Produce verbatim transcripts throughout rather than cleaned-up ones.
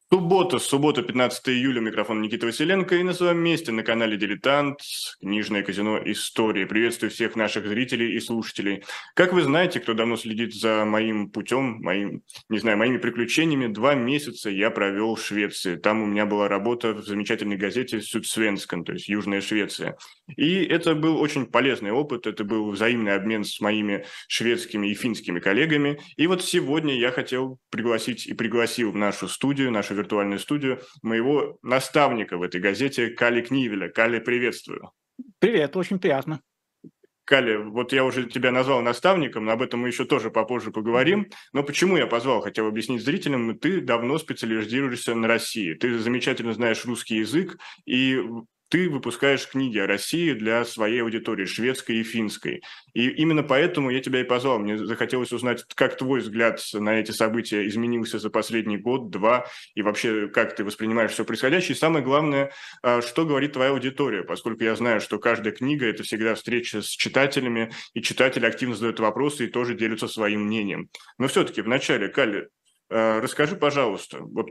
Суббота, суббота, пятнадцатое июля, микрофон Никита Василенко, и на своем месте на канале «Дилетант», книжное казино «Истории». Приветствую всех наших зрителей и слушателей. Как вы знаете, кто давно следит за моим путем, моим, не знаю, моими приключениями, два месяца я провел в Швеции. Там у меня была работа в замечательной газете «Сюдсвенскан», то есть Южная Швеция. И это был очень полезный опыт, это был взаимный обмен с моими шведскими и финскими коллегами. И вот сегодня я хотел пригласить и пригласил в нашу студию, нашу виртуальную студию, моего наставника в этой газете Кали Книвеля. Кали, приветствую. Привет, очень приятно. Кали, вот я уже тебя назвал наставником, но об этом мы еще тоже попозже поговорим. Но почему я позвал, хотел объяснить зрителям, ты давно специализируешься на России, ты замечательно знаешь русский язык, и ты выпускаешь книги о России для своей аудитории, шведской и финской. И именно поэтому я тебя и позвал. Мне захотелось узнать, как твой взгляд на эти события изменился за последний год, два, и вообще, как ты воспринимаешь все происходящее. И самое главное, а, что говорит твоя аудитория, поскольку я знаю, что каждая книга – это всегда встреча с читателями, и читатели активно задают вопросы и тоже делятся своим мнением. Но все-таки вначале, Калли, а, расскажи, пожалуйста, вот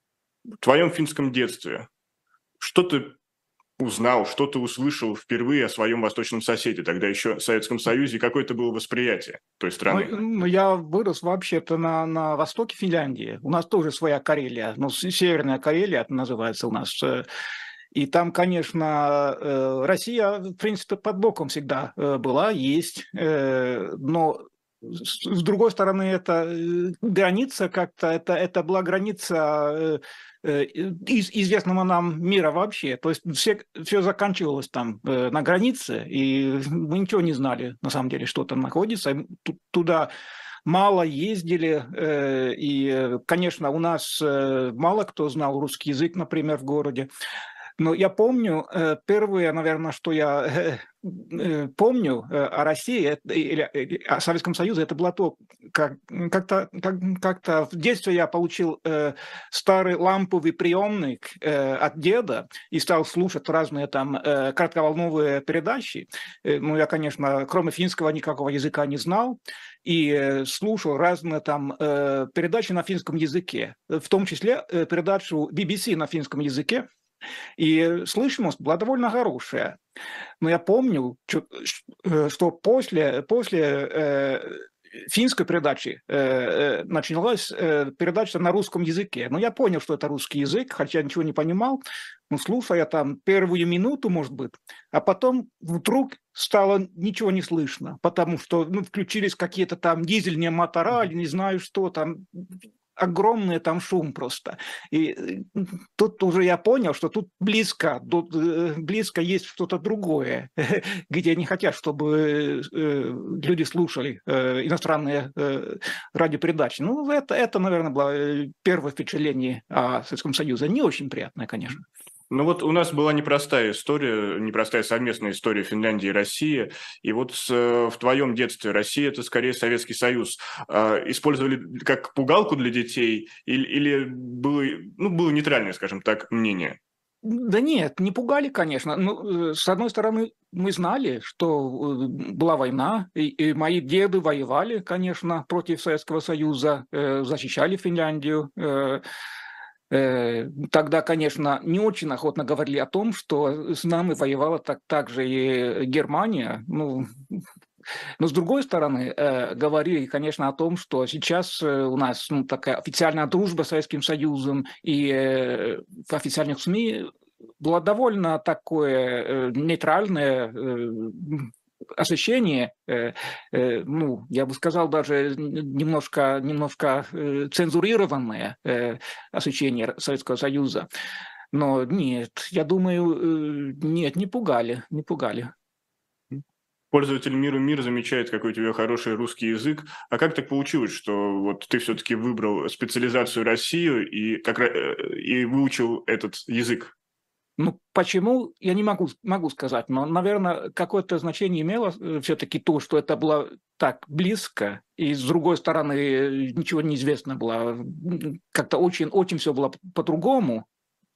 в твоем финском детстве, что ты узнал, что ты услышал впервые о своем восточном соседе, тогда еще в Советском Союзе, какое это было восприятие той Ну, страны? ну, я вырос вообще-то на, на востоке Финляндии. У нас тоже своя Карелия, ну, с- Северная Карелия это называется у нас. э, И там, конечно, э, Россия, в принципе, под боком всегда э, была, есть. э, Но с с другой стороны, это э, граница как-то, это, это была граница э, э, из известного нам мира вообще. То есть все, все заканчивалось там э, на границе, и мы ничего не знали, на самом деле, что там находится. И ту- Туда мало ездили, э, и, э, конечно, у нас э, мало кто знал русский язык, например, в городе. Но я помню, э, первое, наверное, что я э, э, помню э, о России это- или или о Советском Союзе, это было то, как как-то как, как-то в детстве я получил э, старый ламповый приемник э, от деда и стал слушать разные там э, коротковолновые передачи. Э, ну, я, конечно, кроме финского никакого языка не знал и э, слушал разные там э, передачи на финском языке, в том числе э, передачу би би си на финском языке. И слышимость была довольно хорошая. Но я помню, чё- ш- э, что после, после э, финской передачи э, э, началась э, передача на русском языке. Но я понял, что это русский язык, хотя ничего не понимал. Ну, слушая там первую минуту, может быть, а потом вдруг стало ничего не слышно, потому что ну, включились какие-то там дизельные мотора, или не знаю что там, огромный там шум просто. И э, тут уже я понял, что тут близко, тут э, близко есть что-то другое, где не хотят, чтобы э, люди слушали э, иностранные э, радиопередачи. Ну, это, это, наверное, было э, первое впечатление о Советском Союзе. Не очень приятное, конечно. Ну вот у нас была непростая история, непростая совместная история Финляндии и России. И вот с, э, в твоем детстве Россия – это скорее Советский Союз. А, использовали как пугалку для детей или, или было, ну, было нейтральное, скажем так, мнение? Да нет, не пугали, конечно. Ну, э, с одной стороны, мы знали, что э, была война, и, и мои деды воевали, конечно, против Советского Союза, э, защищали Финляндию. э, э, Тогда, конечно, не очень охотно говорили о том, что с нами воевала так, так же и Германия. Ну, но с другой стороны, э, говорили, конечно, о том, что сейчас э, у нас ну, такая официальная дружба с Советским Союзом, и э, в официальных СМИ было довольно такое э, нейтральное э, освещение, э, э, ну, я бы сказал, даже немножко, немножко э, цензурированное э, освещение Советского Союза. Но нет, я думаю, э, нет, не пугали, не пугали. Пользователь «Миру мир» замечает, какой у тебя хороший русский язык. А как так получилось, что вот ты все-таки выбрал специализацию Россию и, как, ра- э, и выучил этот язык? Ну, почему, я не могу, могу сказать, но, наверное, какое-то значение имело все-таки то, что это было так близко, и с другой стороны э, ничего не известно было. М, Как-то очень, очень все было по-другому,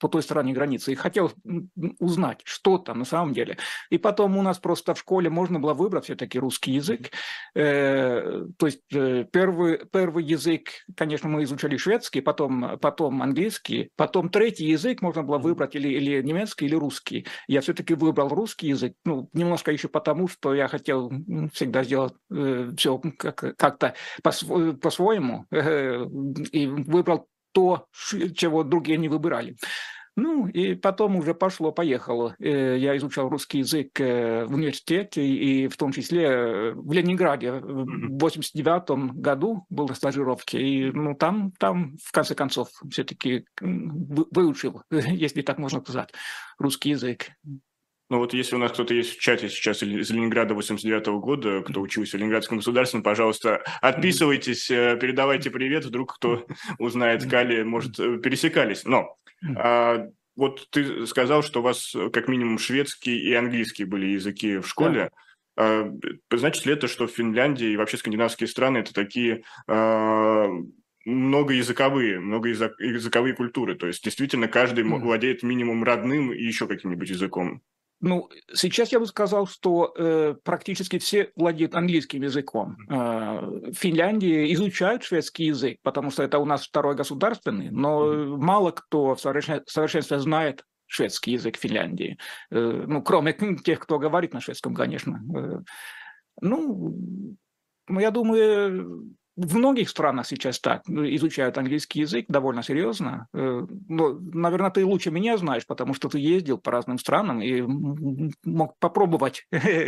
по той стороне границы и хотел узнать, что там на самом деле. И потом у нас просто в школе можно было выбрать все-таки русский язык. Э, то есть э, первый, первый язык, конечно, мы изучали шведский, потом, потом английский, потом третий язык можно было выбрать или, или немецкий, или русский. Я все-таки выбрал русский язык, ну, немножко еще потому, что я хотел всегда сделать э, все как, как-то по-своему, э, и выбрал то, чего другие не выбирали. Ну, и потом уже пошло-поехало. Я изучал русский язык в университете, и в том числе в Ленинграде в восемьдесят девятом году был на стажировке, и ну, там, там, в конце концов, все-таки выучил, если так можно сказать, русский язык. Ну вот если у нас кто-то есть в чате сейчас из Ленинграда восемьдесят девятого года, кто учился в Ленинградском государственном, пожалуйста, отписывайтесь, передавайте привет, вдруг кто узнает Кали, может, пересекались. Но а, вот ты сказал, что у вас как минимум шведский и английский были языки в школе. Да. А, значит ли это, что в Финляндии и вообще скандинавские страны это такие... А, многоязыковые, многоязыковые культуры, то есть действительно каждый владеет минимум родным и еще каким-нибудь языком? Ну, сейчас я бы сказал, что э, практически все владеют английским языком. Э, в Финляндии изучают шведский язык, потому что это у нас второй государственный, но mm-hmm. мало кто в совершенстве знает шведский язык в Финляндии. Э, ну, кроме тех, кто говорит на шведском, конечно. Э, ну, я думаю... В многих странах сейчас так изучают английский язык довольно серьезно. Но, наверное, ты лучше меня знаешь, потому что ты ездил по разным странам и мог попробовать.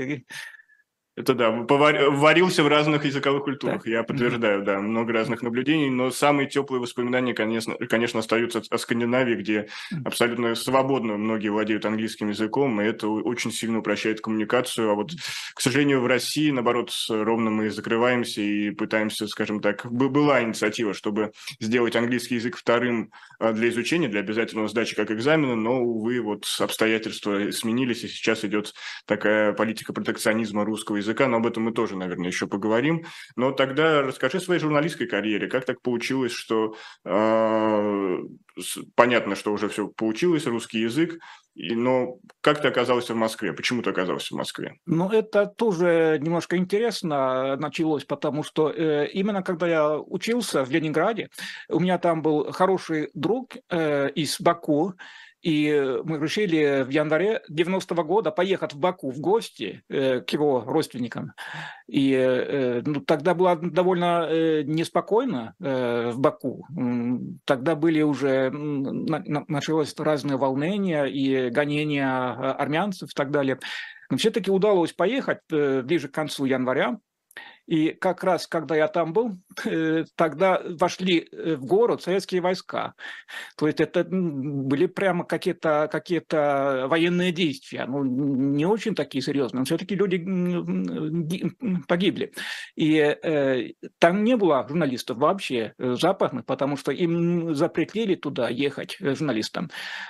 Это да, варился в разных языковых культурах, да. Я подтверждаю, да, много разных наблюдений, но самые теплые воспоминания, конечно, конечно остаются о Скандинавии, где абсолютно свободно многие владеют английским языком, и это очень сильно упрощает коммуникацию, а вот, к сожалению, в России, наоборот, ровно мы закрываемся и пытаемся, скажем так, была инициатива, чтобы сделать английский язык вторым для изучения, для обязательного сдачи как экзамена, но, увы, вот обстоятельства сменились, и сейчас идет такая политика протекционизма русского языка, языка, но об этом мы тоже, наверное, еще поговорим. Но тогда расскажи о своей журналистской карьере. Как так получилось, что э, понятно, что уже все получилось, русский язык, и, но как ты оказался в Москве? Почему ты оказался в Москве? Ну, это тоже немножко интересно началось, потому что э, именно когда я учился в Ленинграде, у меня там был хороший друг э, из Баку, и мы решили в январе девяностого года поехать в Баку в гости э, к его родственникам. И э, ну, тогда было довольно э, неспокойно э, в Баку. Тогда были уже, на, началось разные волнения и гонения армянцев и так далее. Но все-таки удалось поехать э, ближе к концу января. И как раз, когда я там был, тогда вошли в город советские войска. То есть это были прямо какие-то какие-то военные действия. Ну, не очень такие серьезные, но все-таки люди погибли. И э, там не было журналистов вообще западных, потому что им запретили туда ехать журналистам.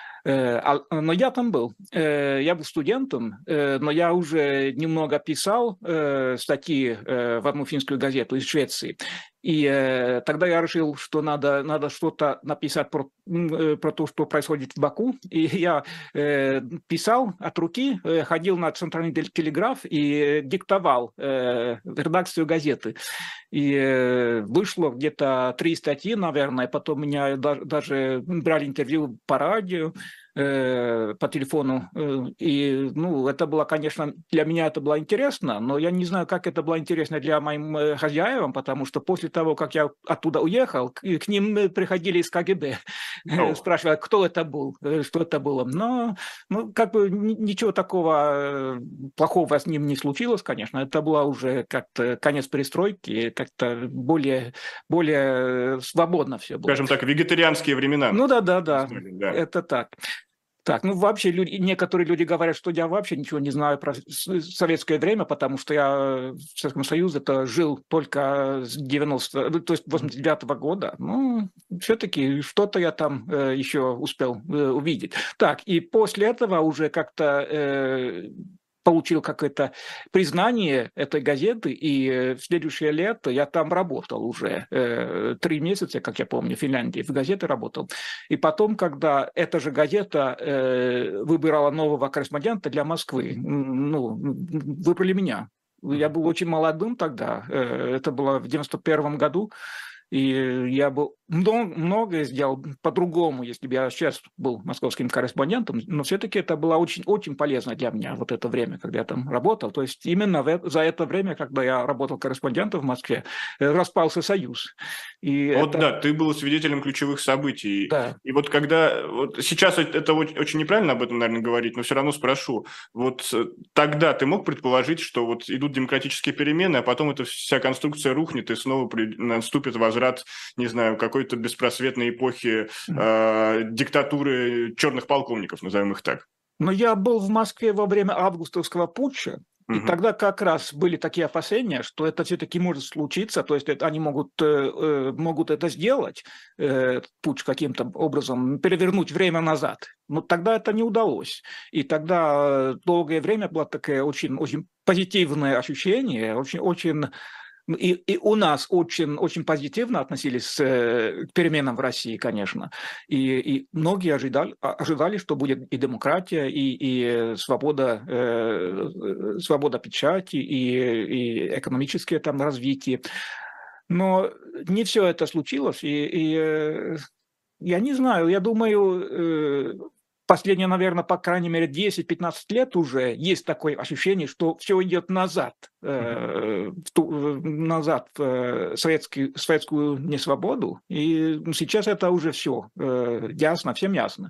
Но я там был, я был студентом, но я уже немного писал статьи в одну финскую газету из Швеции. И э, тогда я решил, что надо, надо что-то написать про, про то, что происходит в Баку. И я э, писал от руки, э, ходил на центральный телеграф и диктовал э, редакцию газеты. И э, вышло где-то три статьи, наверное. Потом меня даже, даже брали интервью по радио, э, по телефону. И ну, это было, конечно, для меня это было интересно, но я не знаю, как это было интересно для моим хозяевам, потому что после того, как я оттуда уехал, к, к ним приходили из ка гэ бэ, oh. спрашивали, кто это был, что это было. Но ну, как бы ничего такого плохого с ним не случилось, конечно. Это было уже как-то конец перестройки, как-то более, более свободно все было. Скажем так, вегетарианские времена. Ну да, да, да, да. Это так. Так, ну вообще люди, некоторые люди говорят, что я вообще ничего не знаю про советское время, потому что я в Советском Союзе -то жил только с девяностого, то есть восемьдесят девятого года. Ну, все-таки что-то я там э, еще успел э, увидеть. Так, и после этого уже как-то э, получил какое-то признание этой газеты, и в следующее лето я там работал уже. Э, три месяца, как я помню, в Финляндии в газете работал. И потом, когда эта же газета э, выбирала нового корреспондента для Москвы, ну, выбрали меня. Я был очень молодым тогда, это было в девяносто первом году, и я бы многое сделал по-другому, если бы я сейчас был московским корреспондентом, но все-таки это было очень, очень полезно для меня, вот это время, когда я там работал. То есть именно в, за это время, когда я работал корреспондентом в Москве, распался Союз. И Вот это... да, ты был свидетелем ключевых событий. Да. И вот когда... Вот сейчас это очень, очень неправильно об этом, наверное, говорить, но все равно спрошу. Вот тогда ты мог предположить, что вот идут демократические перемены, а потом эта вся конструкция рухнет, и снова при... наступит возврат, не знаю, какой-то беспросветной эпохи э, диктатуры черных полковников, назовем их так? Но я был в Москве во время августовского путча, и Угу. тогда как раз были такие опасения, что это все-таки может случиться, то есть это, они могут, э, могут это сделать, э, путч каким-то образом, перевернуть время назад. Но тогда это не удалось. И тогда долгое время было такое очень, очень позитивное ощущение, очень, очень И, и у нас очень, очень позитивно относились э, к переменам в России, конечно. И, и многие ожидали, ожидали, что будет и демократия, и, и свобода, э, свобода печати, и, и экономическое там развитие. Но не все это случилось. И, и э, я не знаю, я думаю... Э, Последние, наверное, по крайней мере, десять-пятнадцать лет уже есть такое ощущение, что все идет назад, э, в ту, назад в э, советский, советскую несвободу. И сейчас это уже все э, ясно, всем ясно.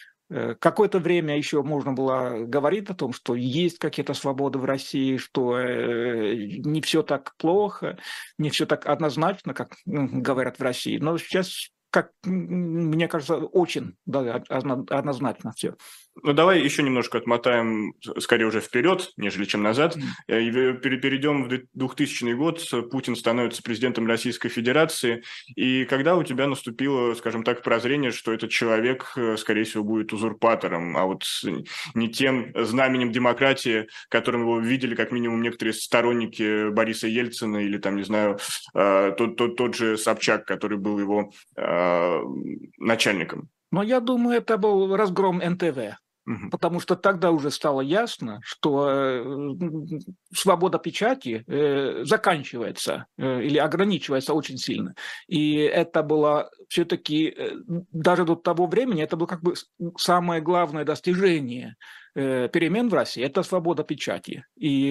Э, Какое-то время еще можно было говорить о том, что есть какие-то свободы в России, что э, не все так плохо, не все так однозначно, как м, говорят в России. Но сейчас, как м, мне кажется, очень да, одно- однозначно все. Ну, давай еще немножко отмотаем, скорее уже вперед, нежели чем назад, и пере- перейдем в двухтысячный год. Путин становится президентом Российской Федерации. И когда у тебя наступило, скажем так, прозрение, что этот человек, э, скорее всего, будет узурпатором, а вот с- не тем знаменем демократии, которым его видели как минимум некоторые сторонники Бориса Ельцина или, там, не знаю, э, тот, тот, тот же Собчак, который был его э, начальником. Но я думаю, это был разгром эн тэ вэ. Мгм. Потому что тогда уже стало ясно, что э, свобода печати э, заканчивается э, или ограничивается очень сильно. И это было все-таки, э, даже до того времени, это было как бы самое главное достижение э, перемен в России, это свобода печати.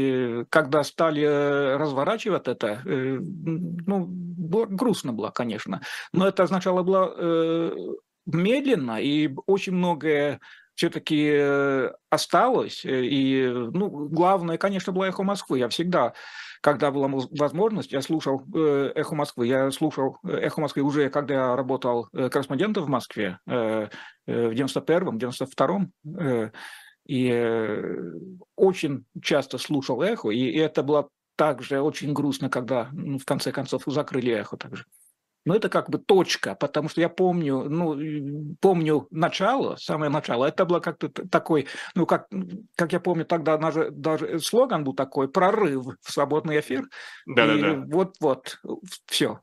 И когда стали э, разворачивать это, э, ну, было- грустно было, конечно, но это означало было э, медленно, и очень многое все-таки э, осталось. э, И, ну, главное, конечно, было «Эхо Москвы». Я всегда, когда была моз- возможность, я слушал э, «Эхо Москвы». Я слушал э, «Эхо Москвы» уже, когда я работал э, корреспондентом в Москве э, э, в девяносто первом, девяносто втором. э, И э, очень часто слушал «Эхо», и и это было также очень грустно, когда ну, в конце концов закрыли «Эхо» также. Но это как бы точка, потому что я помню, ну, и помню начало, самое начало, это было как-то т- такой, ну, как, как я помню, тогда даже, даже слоган был такой: «Прорыв в свободный эфир», и Да-да-да. вот-вот, все.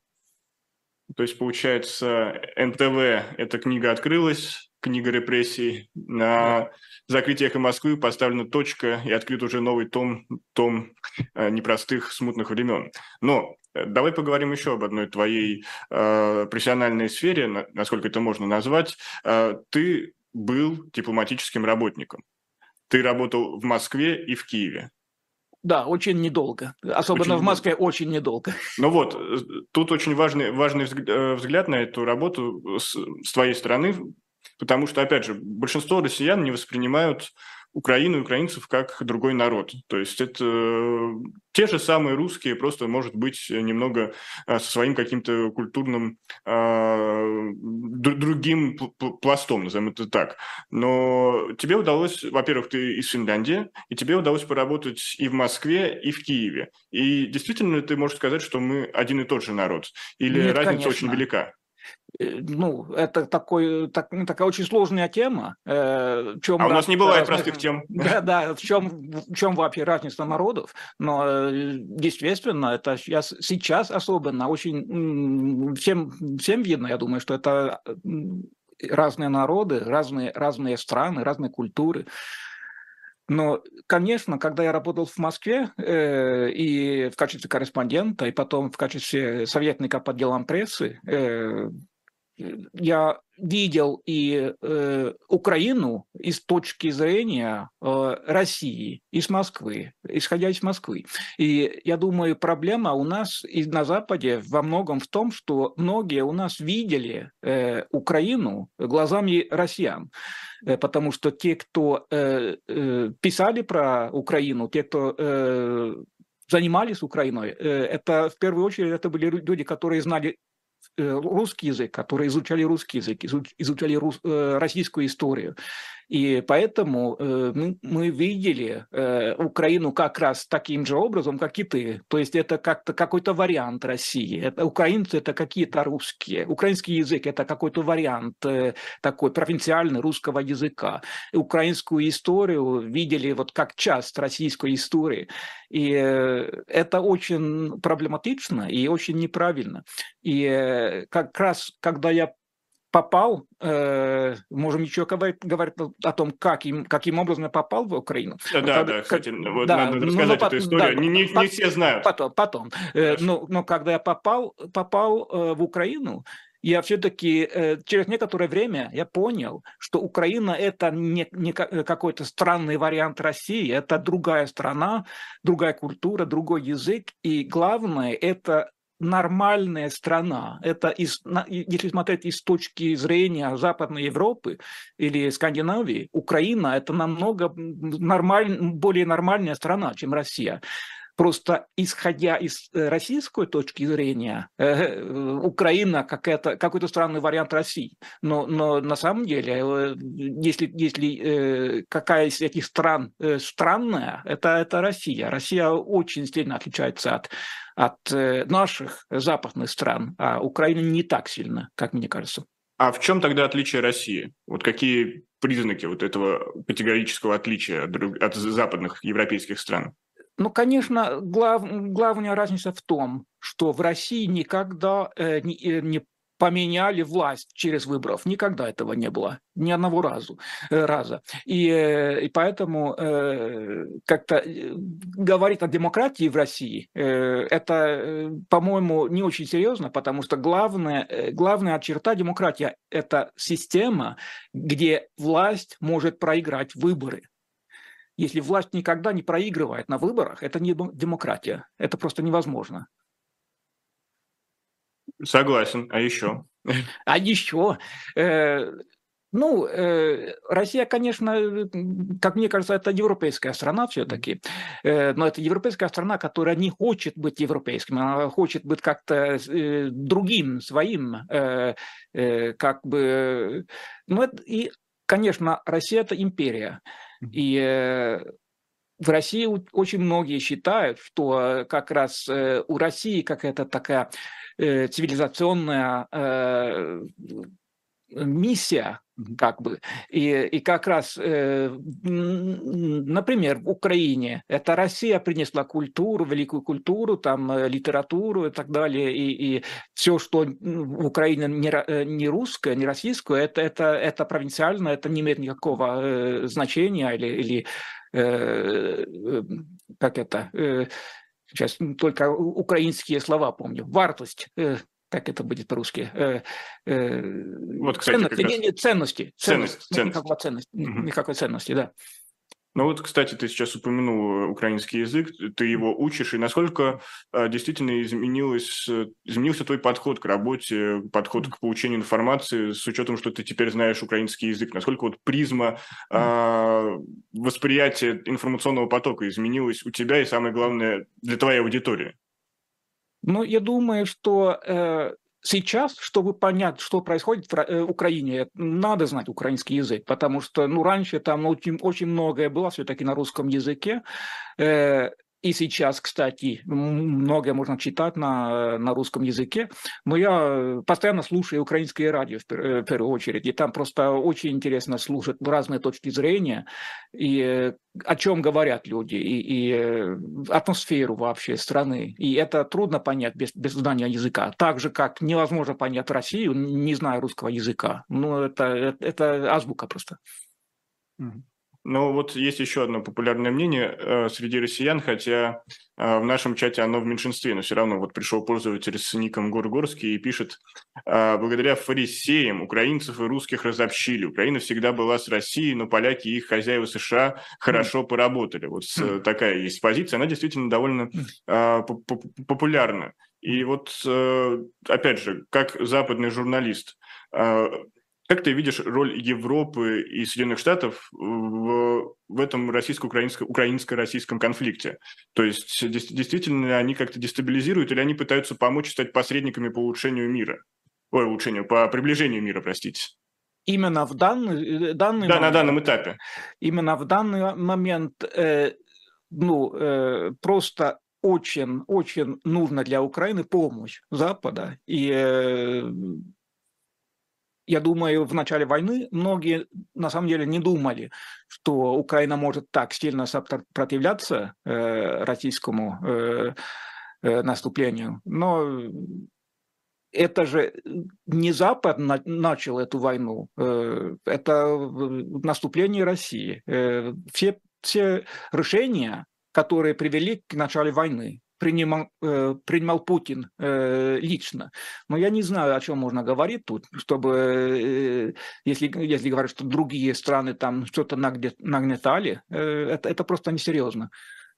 То есть, получается, эн тэ вэ – эта книга открылась, книга репрессий. Да. На закрытии «Эхо Москвы» поставлена точка и открыт уже новый том, том э, непростых, смутных времен. Но э, давай поговорим еще об одной твоей э, профессиональной сфере, на- насколько это можно назвать. Э, ты был дипломатическим работником. Ты работал в Москве и в Киеве. Да, очень недолго, особенно Очень в недолго. Москве очень недолго. Ну вот, э, тут очень важный, важный взг- э, взгляд на эту работу с, с твоей стороны, потому что, опять же, большинство россиян не воспринимают Украину и украинцев как другой народ. То есть это э, те же самые русские, просто, может быть, немного э, со своим каким-то культурным э, дру- другим пл- пл- пластом, назовем это так. Но тебе удалось, во-первых, ты из Финляндии, и тебе удалось поработать и в Москве, и в Киеве. И действительно ты можешь сказать, что мы один и тот же народ? Или Нет, разница очень конечно. велика? Ну, это такой, так, ну, такая очень сложная тема. Э, в чем А у нас не бывает разница, простых тем. да, да, в чем, в чем вообще разница народов, но э, действительно, это сейчас, сейчас особенно очень всем, всем видно, я думаю, что это разные народы, разные, разные страны, разные культуры. Но, конечно, когда я работал в Москве э, и в качестве корреспондента, и потом в качестве советника по делам прессы, э, я видел и э, Украину из точки зрения э, России, из Москвы, исходя из Москвы. И я думаю, проблема у нас и на Западе во многом в том, что многие у нас видели э, Украину глазами россиян. Потому что те, кто э, э, писали про Украину, те, кто э, занимались Украиной, э, это в первую очередь это были люди, которые знали русский язык, которые изучали русский язык, изучали рус, э, российскую историю. И поэтому э, мы, мы видели э, Украину как раз таким же образом, как и ты. То есть это как-то какой-то вариант России. Это, украинцы – это какие-то русские. Украинский язык – это какой-то вариант э, такой провинциальный русского языка. И украинскую историю видели вот как часть российской истории. И э, это очень проблематично и очень неправильно. И э, как раз, когда я попал, э, можем еще говорить, говорить о том, как им, каким образом я попал в Украину. Да, да, когда, да, кстати, как, вот да, надо ну, рассказать ну, эту историю. да, не, не, по, не все знают. Потом, потом. Э, но, но когда я попал, попал э, в Украину, я все-таки э, через некоторое время я понял, что Украина – это не, не какой-то странный вариант России, это другая страна, другая культура, другой язык, и главное – это нормальная страна. Это, из, если смотреть из точки зрения Западной Европы или Скандинавии, Украина – это намного нормаль, более нормальная страна, чем Россия. Просто исходя из российской точки зрения, э, Украина какая-то, какой-то странный вариант России. Но, но на самом деле, э, если, если э, какая из этих стран э, странная, это, это Россия. Россия очень сильно отличается от, от э, наших западных стран, а Украина не так сильно, как мне кажется. А в чем тогда отличие России? Вот какие признаки вот этого категорического отличия от, от западных европейских стран? Ну, конечно, глав, главная разница в том, что в России никогда э, не, не поменяли власть через выборов. Никогда этого не было. Ни одного разу, э, раза. И, э, и поэтому э, как-то говорить о демократии в России, э, это, э, по-моему, не очень серьезно, потому что главная, э, главная черта демократии – это система, где власть может проиграть выборы. Если власть никогда не проигрывает на выборах, это не демократия. Это просто невозможно. Согласен. А еще? А еще... Э, ну, э, Россия, конечно, как мне кажется, это европейская страна все-таки. Э, но это европейская страна, которая не хочет быть европейской. Она хочет быть как-то э, другим, своим. Э, э, как бы... Ну, это, и, конечно, Россия – это империя. И э, в России очень многие считают, что как раз э, у России какая-то такая э, цивилизационная э, миссия, как бы, и, и как раз, э, например, в Украине это Россия принесла культуру, великую культуру, там, литературу и так далее, и, и все, что в Украине не, не русское, не российское, это, это, это провинциально, это не имеет никакого э, значения, или, или э, как это, э, сейчас только украинские слова помню, вартость, э, как это будет по-русски? Э, э, вот, кстати, ценности, как раз... не, не, ценности, ценность, ценности, ценность. никакой ценности, Угу. никакой ценности, да. Ну вот, кстати, ты сейчас упомянул украинский язык, ты его учишь, и насколько э, действительно изменилось, изменился твой подход к работе, подход к получению информации, с учетом, что ты теперь знаешь украинский язык, насколько вот призма э, восприятия информационного потока изменилась у тебя и, самое главное, для твоей аудитории? Ну, я думаю, что э, сейчас, чтобы понять, что происходит в э, Украине, надо знать украинский язык, потому что, ну, раньше там очень, очень многое было все-таки на русском языке. Э, И сейчас, кстати, многое можно читать на, на русском языке, но я постоянно слушаю украинское радио в, в первую очередь, и там просто очень интересно слушать разные точки зрения, и о чем говорят люди, и, и атмосферу вообще страны. И это трудно понять без, без знания языка. Так же, как невозможно понять Россию, не зная русского языка. Ну, это, это азбука просто. Но вот есть еще одно популярное мнение э, среди россиян, хотя э, в нашем чате оно в меньшинстве, но все равно вот пришел пользователь с ником Горгорский и пишет: э, благодаря фарисеям украинцев и русских разобщили. Украина всегда была с Россией, но поляки и их хозяева США хорошо поработали. Вот э, такая есть позиция, она действительно довольно э, популярна. И вот, э, опять же, как западный журналист, э, как ты видишь роль Европы и Соединенных Штатов в, в этом российско-украинско-российском конфликте? То есть действительно они как-то дестабилизируют или они пытаются помочь стать посредниками по улучшению мира? Ой, улучшению, по приближению мира, простите. Именно в данный, данный да, момент, на данном этапе. Именно в данный момент э, ну, э, просто очень, очень нужна для Украины помощь Запада. И э, я думаю, в начале войны многие на самом деле не думали, что Украина может так сильно сопротивляться э, российскому э, э, наступлению. Но это же не Запад на, начал эту войну, э, это наступление России. Э, все, все решения, которые привели к началу войны, принимал, э, принимал Путин э, лично. Но я не знаю, о чем можно говорить тут, чтобы, э, если, если говорить, что другие страны там что-то нагнетали, э, это, это просто несерьезно.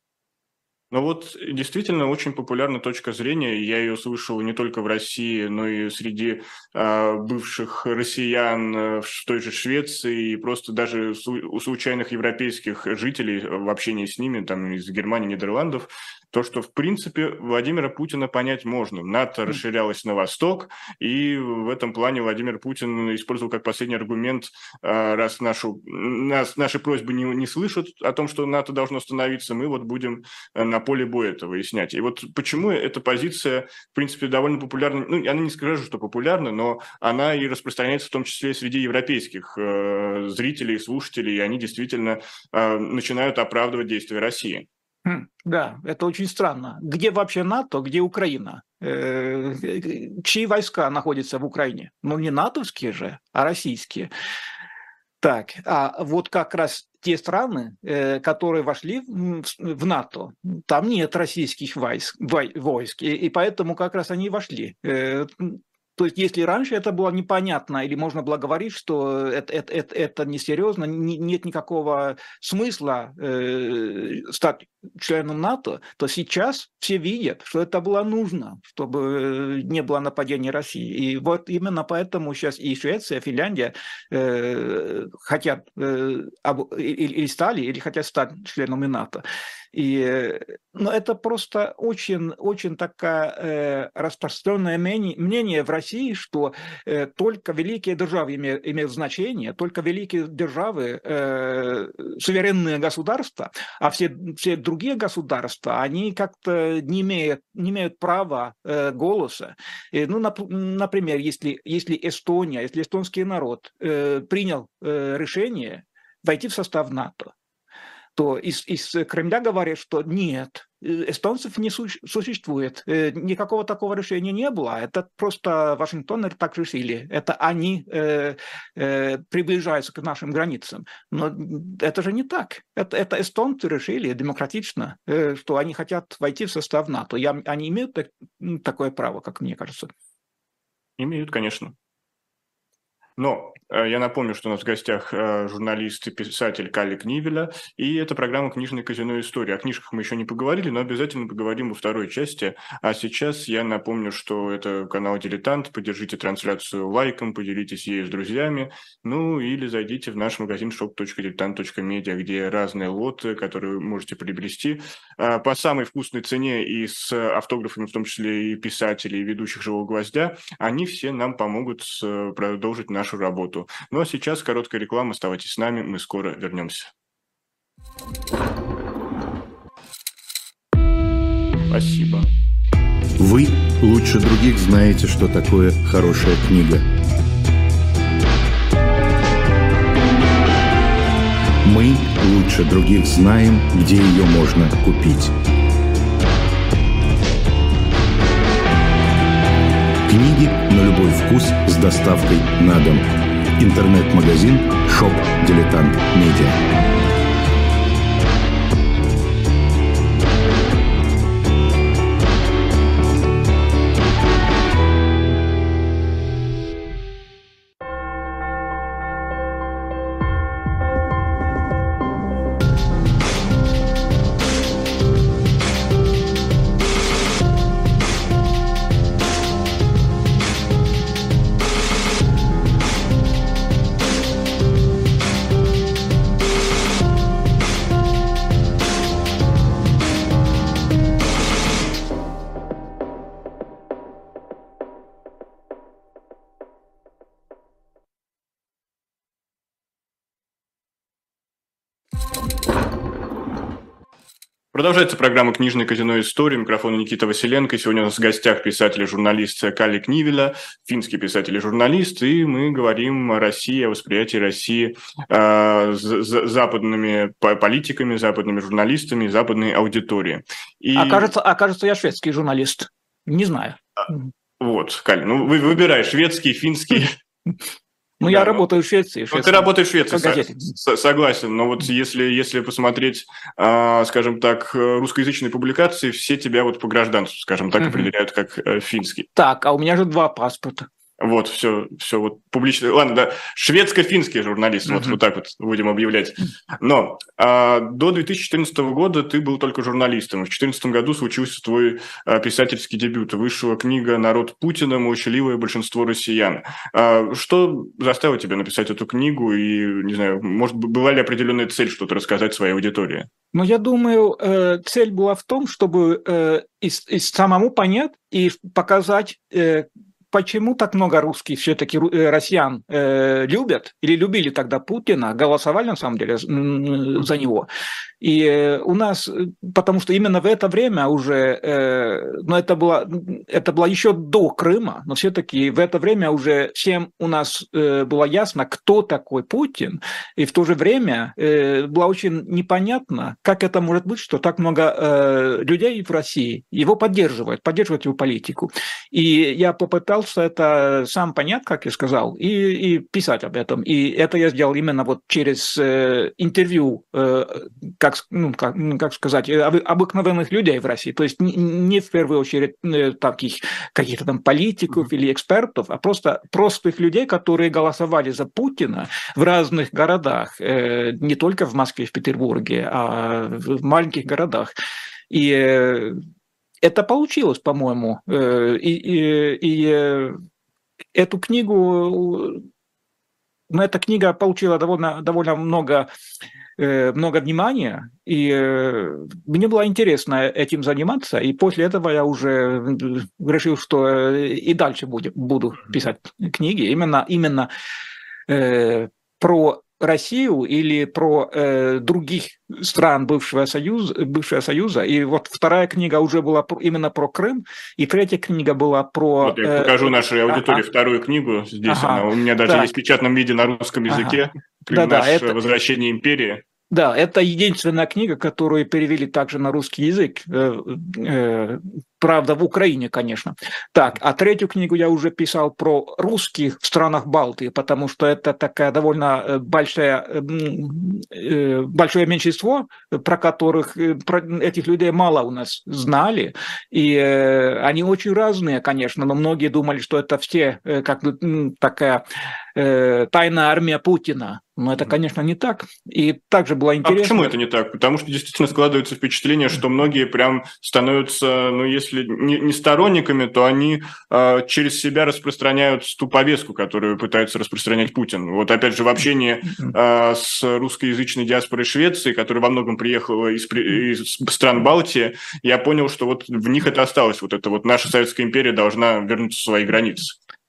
Ну вот действительно очень популярна точка зрения, я ее слышал не только в России, но и среди э, бывших россиян в той же Швеции, и просто даже у случайных европейских жителей в общении с ними, там из Германии, Нидерландов, то, что в принципе Владимира Путина понять можно. НАТО расширялось на восток, и в этом плане Владимир Путин использовал как последний аргумент, э, раз нашу, нас, наши просьбы не, не слышат о том, что НАТО должно становиться, мы вот будем на поле боя это выяснять. И вот почему эта позиция, в принципе, довольно популярна, ну, я не скажу, что популярна, но она и распространяется в том числе среди европейских э, зрителей, слушателей, и они действительно э, начинают оправдывать действия России. Да, это очень странно. Где вообще НАТО, где Украина? Э, чьи войска находятся в Украине? Ну, не натовские же, а российские. Так, а вот как раз те страны, э, которые вошли в, в НАТО, там нет российских войск, войск и, и поэтому как раз они вошли. Э, то есть, если раньше это было непонятно, или можно было говорить, что это, это, это, это несерьезно, не, нет никакого смысла э, стать членом НАТО, то сейчас все видят, что это было нужно, чтобы не было нападения России. И вот именно поэтому сейчас и Швеция, и Финляндия э, хотят э, или, или стали, или хотят стать членами НАТО. И, но это просто очень, очень такое э, распространенное мнение, мнение в России, что э, только великие державы имеют, имеют значение, только великие державы, э, суверенные государства, а все, все другие государства, они как-то не имеют, не имеют права э, голоса. И, ну, нап, например, если, если Эстония, если эстонский народ э, принял э, решение войти в состав НАТО, то из, из Кремля говорят, что нет, эстонцев не су- существует, никакого такого решения не было, это просто Вашингтон так решили, это они э, э, приближаются к нашим границам. Но это же не так, это, это эстонцы решили демократично, э, что они хотят войти в состав НАТО. Я, они имеют так, такое право, как мне кажется. Имеют, конечно. Но э, я напомню, что у нас в гостях э, журналист и писатель Калик Нивеля, и это программа «Книжное казино. История». О книжках мы еще не поговорили, но обязательно поговорим во второй части. А сейчас я напомню, что это канал «Дилетант». Поддержите трансляцию лайком, поделитесь ею с друзьями. Ну или зайдите в наш магазин шоп точка дилетант точка медиа, где разные лоты, которые вы можете приобрести э, по самой вкусной цене и с автографами, в том числе и писателей, и ведущих «Живого гвоздя». Они все нам помогут э, продолжить наш работу. Ну а сейчас короткая реклама. Оставайтесь с нами, мы скоро вернемся. Спасибо. Вы лучше других знаете, что такое хорошая книга. Мы лучше других знаем, где ее можно купить. Книги на любой вкус с доставкой на дом. Интернет-магазин Shop Dilettant Media. Продолжается программа «Книжное казино. История». Микрофон Никита Василенко. Сегодня у нас в гостях писатель и журналист Калли Книвилä, финский писатель и журналист. И мы говорим о России, о восприятии России э, западными политиками, западными журналистами, западной аудиторией. И... Окажется, окажется, я шведский журналист. Не знаю. Вот, Калли, ну вы выбирай шведский, финский... Ну, да, я работаю в Швеции. Ну, ты работаешь в Швеции, со- согласен. Но вот если, если посмотреть, э, скажем так, русскоязычные публикации, все тебя вот по гражданству, скажем так, uh-huh. определяют как э, финский. Так, а у меня же два паспорта. Вот, все, все вот публично. Ладно, да, шведско-финский журналист, uh-huh. вот, вот так вот будем объявлять. Но а, до две тысячи четырнадцатого года ты был только журналистом. В две тысячи четырнадцатом году случился твой а, писательский дебют. Вышла книга «Народ Путина. Молчаливое большинство россиян». А, что заставило тебя написать эту книгу? И, не знаю, может, была ли определенная цель что-то рассказать своей аудитории? Ну, я думаю, э, цель была в том, чтобы э, и, и самому понять и показать... Э, Почему так много русских все-таки россиян э, любят или любили тогда Путина, голосовали на самом деле за него. И э, у нас, потому что именно в это время уже, э, ну это было, это было еще до Крыма, но все-таки в это время уже всем у нас э, было ясно, кто такой Путин, и в то же время э, было очень непонятно, как это может быть, что так много э, людей в России его поддерживают, поддерживают его политику. И я попытался это сам понять, как я сказал, и, и писать об этом. И это я сделал именно вот через э, интервью, э, как, ну, как, как сказать, об, обыкновенных людей в России. То есть не, не в первую очередь э, таких каких-то там политиков mm-hmm. или экспертов, а просто простых людей, которые голосовали за Путина в разных городах, э, не только в Москве, в Петербурге, а в маленьких городах. И э, это получилось, по-моему, и, и, и эту книгу, ну, эта книга получила довольно, довольно много, много внимания, и мне было интересно этим заниматься, и после этого я уже решил, что и дальше буду, буду писать книги именно, именно э, про Россию или про э, других стран бывшего Союза, бывшего Союза. И вот вторая книга уже была про, именно про Крым, и третья книга была про... Вот я покажу э, нашей аудитории ага. вторую книгу. Здесь ага. она у меня даже так. есть в печатном виде на русском языке. Ага. Да, «Наше да, это... возвращение империи». Да, это единственная книга, которую перевели также на русский язык. Правда, в Украине, конечно. Так, а третью книгу я уже писал про русских в странах Балтии, потому что это такая довольно большая, большое меньшинство, про которых про этих людей мало у нас знали. И они очень разные, конечно, но многие думали, что это все как бы такая тайная армия Путина. Но это, конечно, не так. И также было интересно... А почему это не так? Потому что действительно складывается впечатление, что многие прям становятся, ну, если не, не сторонниками, то они э, через себя распространяют ту повестку, которую пытается распространять Путин. Вот опять же в общении э, с русскоязычной диаспорой Швеции, которая во многом приехала из, из стран Балтии, я понял, что вот в них это осталось. Вот это вот наша Советская империя должна вернуться в свои границы.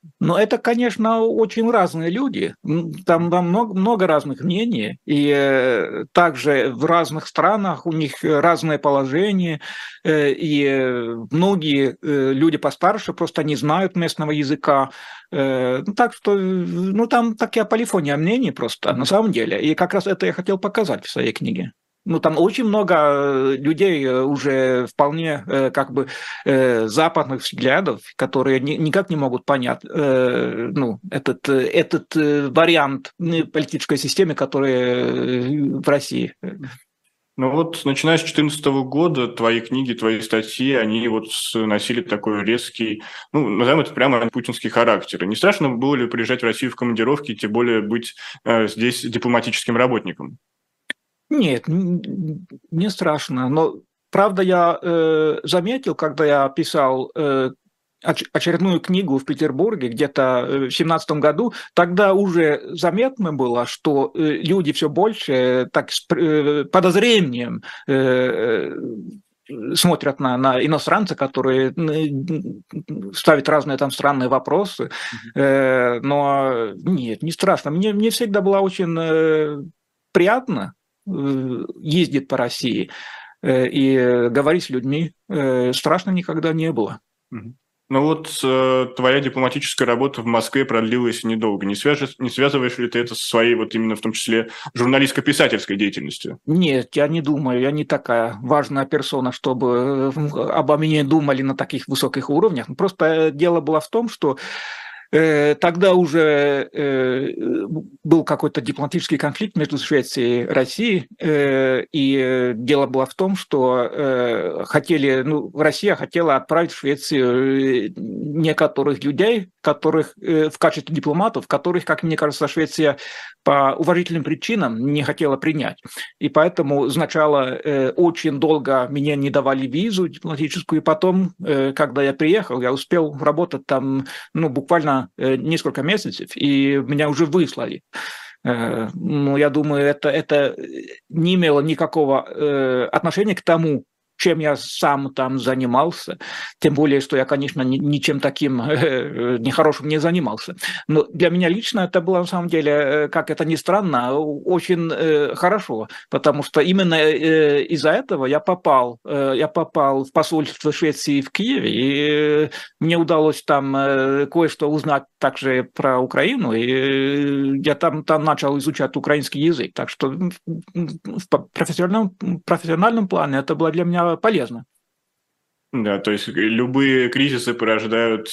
Ну, это, конечно, очень разные люди. Там, там много, много разных мнений. И э, также в разных странах у них разное положение. Э, и многие э, люди постарше просто не знают местного языка. Э, ну, так что, ну, там такая полифония мнений просто, на самом деле. И как раз это я хотел показать в своей книге. Ну, там очень много людей уже вполне как бы западных взглядов, которые никак не могут понять ну, этот, этот вариант политической системы, который в России. Ну вот, начиная с две тысячи четырнадцатого года, твои книги, твои статьи, они вот носили такой резкий, ну, назовем это прямо путинский характер. И не страшно было ли приезжать в Россию в командировки, тем более быть э, здесь дипломатическим работником? Нет, не страшно. Но, правда, я э, заметил, когда я писал э, очередную книгу в Петербурге где-то в две тысячи семнадцатом году, тогда уже заметно было, что э, люди все больше так с э, подозрением э, смотрят на, на иностранца, которые ставят разные там странные вопросы. Э, но нет, не страшно. Мне, мне всегда было очень э, приятно ездит по России и говорить с людьми, страшно никогда не было. Ну вот э, твоя дипломатическая работа в Москве продлилась недолго. Не, свяж... не связываешь ли ты это со своей, вот именно в том числе, журналистско-писательской деятельностью? Нет, я не думаю, я не такая важная персона, чтобы обо мне думали на таких высоких уровнях. Просто дело было в том, что тогда уже был какой-то дипломатический конфликт между Швецией и Россией, и дело было в том, что хотели, ну, Россия хотела отправить в Швецию некоторых людей, которых в качестве дипломатов, которых, как мне кажется, Швеция по уважительным причинам не хотела принять. И поэтому сначала очень долго мне не давали визу дипломатическую, и потом, когда я приехал, я успел работать там, ну, буквально несколько месяцев, и меня уже выслали. Ну, я думаю, это, это не имело никакого отношения к тому, чем я сам там занимался, тем более, что я, конечно, ничем таким э, нехорошим не занимался. Но для меня лично это было, на самом деле, как это ни странно, очень э, хорошо, потому что именно э, из-за этого я попал, э, я попал в посольство Швеции в Киеве, и э, мне удалось там э, кое-что узнать также про Украину, и э, я там, там начал изучать украинский язык, так что в профессиональном, профессиональном плане это было для меня полезно. Да, то есть любые кризисы порождают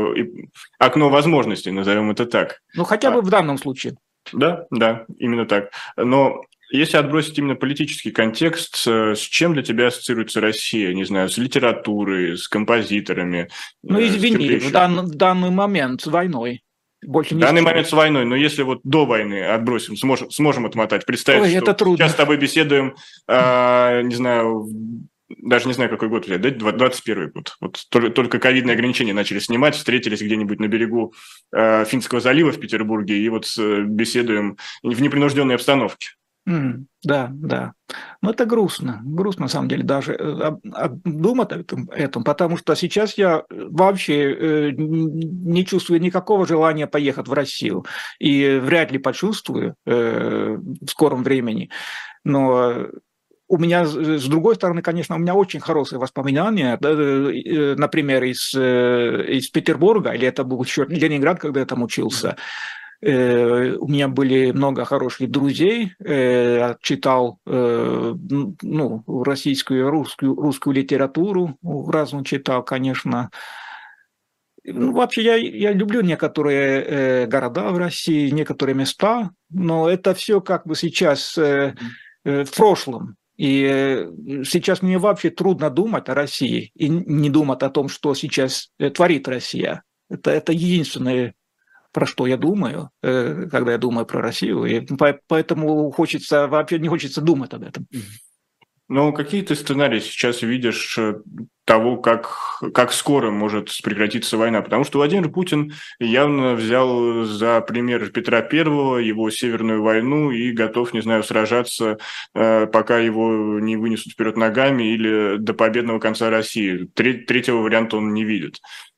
окно возможностей, назовем это так. Ну, хотя бы а, в данном случае. Да, да, именно так. Но если отбросить именно политический контекст, с чем для тебя ассоциируется Россия? Не знаю, с литературой, с композиторами? Ну, извини, в, дан, в данный момент с войной. Больше в данный момент с войной, но если вот до войны отбросим, сможем, сможем отмотать, представить, Ой, что это трудно. Сейчас с тобой беседуем, э, не знаю, даже не знаю, какой год взять, да, двадцать первый год. Вот только ковидные ограничения начали снимать, встретились где-нибудь на берегу э, Финского залива в Петербурге и вот беседуем в непринужденной обстановке. Mm, да, да. Но это грустно. Грустно, на самом деле, даже думать об этом, этом, потому что сейчас я вообще э, не чувствую никакого желания поехать в Россию. И вряд ли почувствую э, в скором времени. Но у меня, с другой стороны, конечно, у меня очень хорошие воспоминания, например, из, из Петербурга, или это был еще Ленинград, когда я там учился. У меня были много хороших друзей, читал ну, российскую, русскую, русскую литературу, разную читал, конечно. Ну, вообще, я, я люблю некоторые города в России, некоторые места, но это все как бы сейчас в прошлом. И сейчас мне вообще трудно думать о России и не думать о том, что сейчас творит Россия. Это, это единственное, про что я думаю, когда я думаю про Россию. И поэтому хочется, вообще не хочется думать об этом. Ну, какие ты сценарии сейчас видишь того, как, как скоро может прекратиться война? Потому что Владимир Путин явно взял за пример Петра Первого, его Северную войну, и готов, не знаю, сражаться, пока его не вынесут вперед ногами или до победного конца России. Третьего варианта он не видит.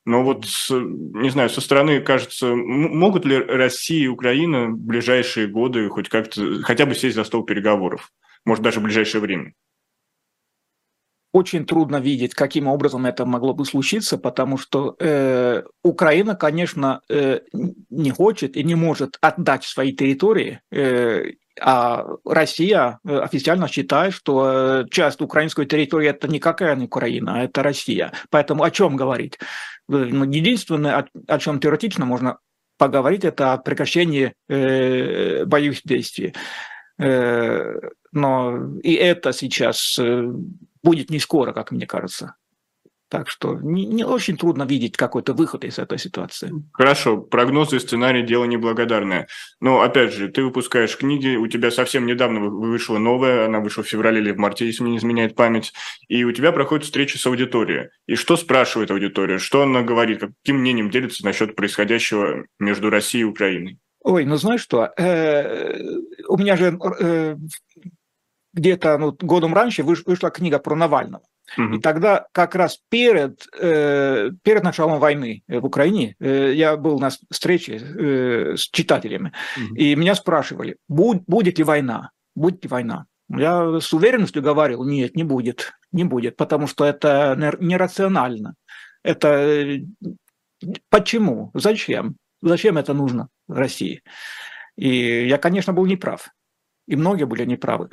Но вот, не знаю, со стороны кажется, могут ли Россия и Украина в ближайшие годы хоть как-то, хотя бы сесть за стол переговоров? Может, даже в ближайшее время? Очень трудно видеть, каким образом это могло бы случиться, потому что э, Украина, конечно, э, не хочет и не может отдать свои территории, э, а Россия официально считает, что часть украинской территории – это никакая не Украина, а это Россия. Поэтому о чем говорить? Единственное, о, о чем теоретично можно поговорить, это о прекращении э, боевых действий. Э, но и это сейчас... Э, будет не скоро, как мне кажется. Так что не, не очень трудно видеть какой-то выход из этой ситуации. Хорошо, прогнозы и сценарий – дело неблагодарное. Но, опять же, ты выпускаешь книги, у тебя совсем недавно вышла новая, она вышла в феврале или в марте, если мне не изменяет память, и у тебя проходит встреча с аудиторией. И что спрашивает аудитория? Что она говорит? Каким мнением делится насчет происходящего между Россией и Украиной? Ой, ну знаешь что, э, у меня же... Э, где-то ну, годом раньше вышла книга про Навального. Mm-hmm. И тогда как раз перед, э, перед началом войны в Украине э, я был на встрече э, с читателями, mm-hmm. и меня спрашивали, будет, будет ли война, будет ли война. Я с уверенностью говорил, нет, не будет, не будет, потому что это нерационально. Это почему, зачем, зачем это нужно России? И я, конечно, был неправ, и многие были неправы.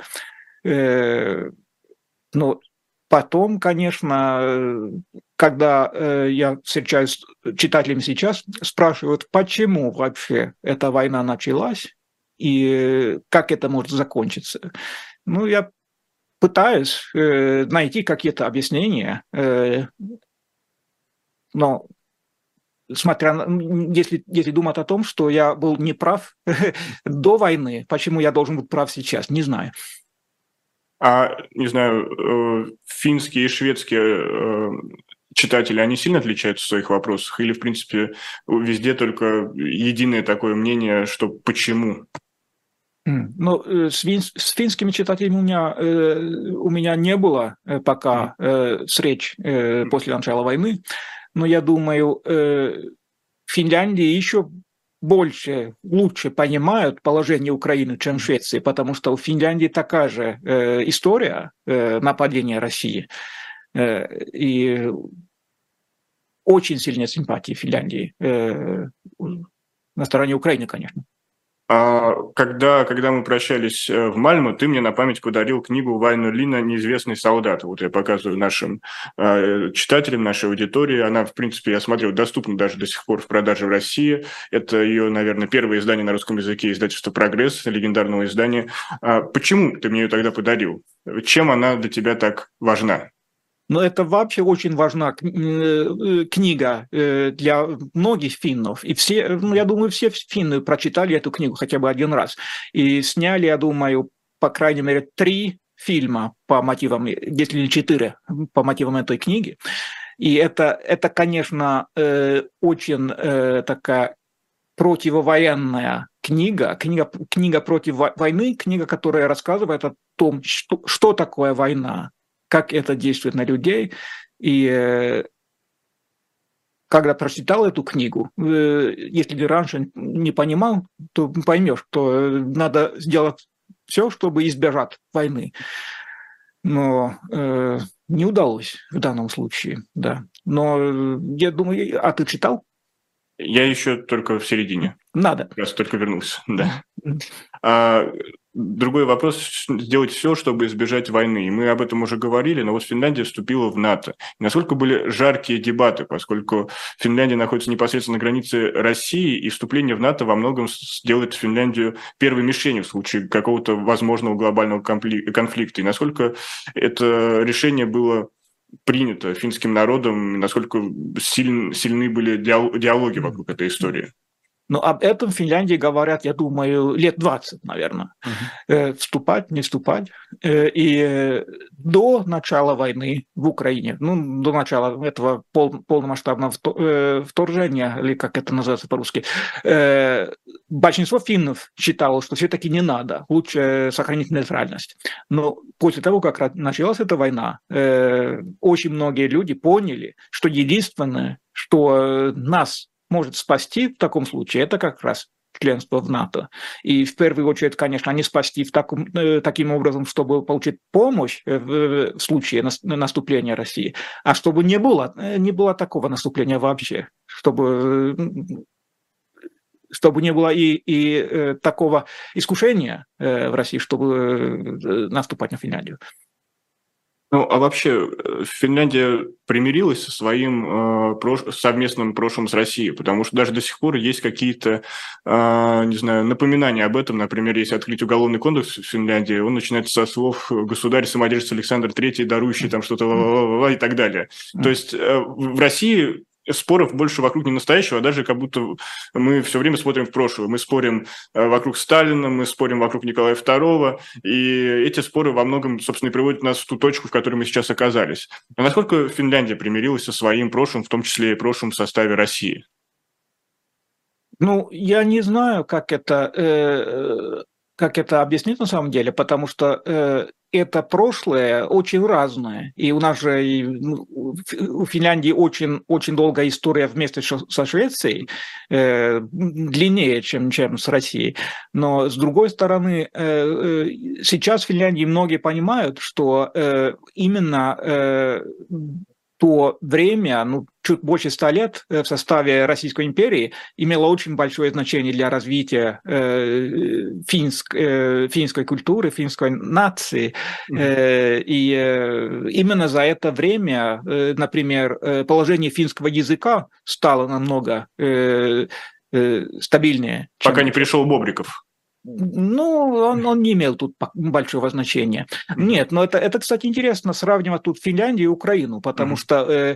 Но потом, конечно, когда я встречаюсь с читателями сейчас, спрашивают, почему вообще эта война началась и как это может закончиться. Ну, я пытаюсь найти какие-то объяснения, но смотря на, если, если думать о том, что я был неправ до войны, почему я должен быть прав сейчас, не знаю. А, не знаю, финские и шведские читатели, они сильно отличаются в своих вопросах? Или, в принципе, везде только единое такое мнение, что почему? Ну, с, фин, с финскими читателями у меня, у меня не было пока встреч после начала войны, но я думаю, в Финляндии еще больше, лучше понимают положение Украины, чем в Швеции, потому что в Финляндии такая же э, история э, нападения России. Э, и очень сильные симпатии Финляндии э, на стороне Украины, конечно. А когда, когда мы прощались в Мальме, ты мне на память подарил книгу Вайно Лина «Неизвестный солдат». Вот я показываю нашим э, читателям, нашей аудитории. Она, в принципе, я смотрел, доступна даже до сих пор в продаже в России. Это ее, наверное, первое издание на русском языке, издательство «Прогресс», легендарного издания. А почему ты мне ее тогда подарил? Чем она для тебя так важна? Но это вообще очень важна книга для многих финнов. И все, ну, я думаю, все финны прочитали эту книгу хотя бы один раз. И сняли, я думаю, по крайней мере, три фильма по мотивам, если не четыре, по мотивам этой книги. И это, это конечно, очень такая противовоенная книга, книга, книга против войны, книга, которая рассказывает о том, что, что такое война, как это действует на людей. И э, когда прочитал эту книгу, э, если ты раньше не понимал, то поймешь, что надо сделать все, чтобы избежать войны. Но э, не удалось в данном случае, да. Но я думаю, а ты читал? Я еще только в середине. Надо. Я только вернулся, да. А, другой вопрос – сделать все, чтобы избежать войны. И мы об этом уже говорили, но вот Финляндия вступила в НАТО. И насколько были жаркие дебаты, поскольку Финляндия находится непосредственно на границе России, и вступление в НАТО во многом сделает Финляндию первой мишенью в случае какого-то возможного глобального конфликта. И насколько это решение было принято финским народом, насколько сильны, сильны были диалоги вокруг этой истории? Но об этом в Финляндии говорят, я думаю, лет двадцать, наверное. Uh-huh. Вступать, не вступать. И до начала войны в Украине, ну, до начала этого пол, полномасштабного вторжения, или как это называется по-русски, большинство финнов считало, что все-таки не надо, лучше сохранить нейтральность. Но после того, как началась эта война, очень многие люди поняли, что единственное, что нас может спасти в таком случае, это как раз членство в НАТО. И в первую очередь, конечно, не спасти в таком, таким образом, чтобы получить помощь в, в случае наступления России, а чтобы не было, не было такого наступления вообще, чтобы, чтобы не было и, и такого искушения в России, чтобы наступать на Финляндию. Ну, а вообще Финляндия примирилась со своим э, прош... совместным прошлым с Россией, потому что даже до сих пор есть какие-то, э, не знаю, напоминания об этом. Например, если открыть уголовный кодекс в Финляндии, он начинается со слов «государь-самодержец Александр Третий, дарующий там что-то и так далее». То есть э, в России споров больше вокруг не настоящего, а даже как будто мы все время смотрим в прошлое. Мы спорим вокруг Сталина, мы спорим вокруг Николая Второго, и эти споры во многом, собственно, и приводят нас в ту точку, в которой мы сейчас оказались. А насколько Финляндия примирилась со своим прошлым, в том числе и прошлым в составе России? Ну, я не знаю, как это, э, как это объяснить на самом деле, потому что э, это прошлое очень разное. И у нас же и, ну, у Финляндии очень, очень долгая история вместе со Швецией, э, длиннее, чем, чем с Россией. Но, с другой стороны, э, сейчас в Финляндии многие понимают, что э, именно э, то время, ну, чуть больше ста лет в составе Российской империи имело очень большое значение для развития э, финск, э, финской культуры, финской нации. Э, и э, именно за это время, э, например, положение финского языка стало намного э, э, стабильнее. Пока чем... не пришел Бобриков. Ну, он, он не имел тут большого значения. Mm-hmm. Нет, но это, это, кстати, интересно сравнивать тут Финляндию и Украину, потому mm-hmm. что э,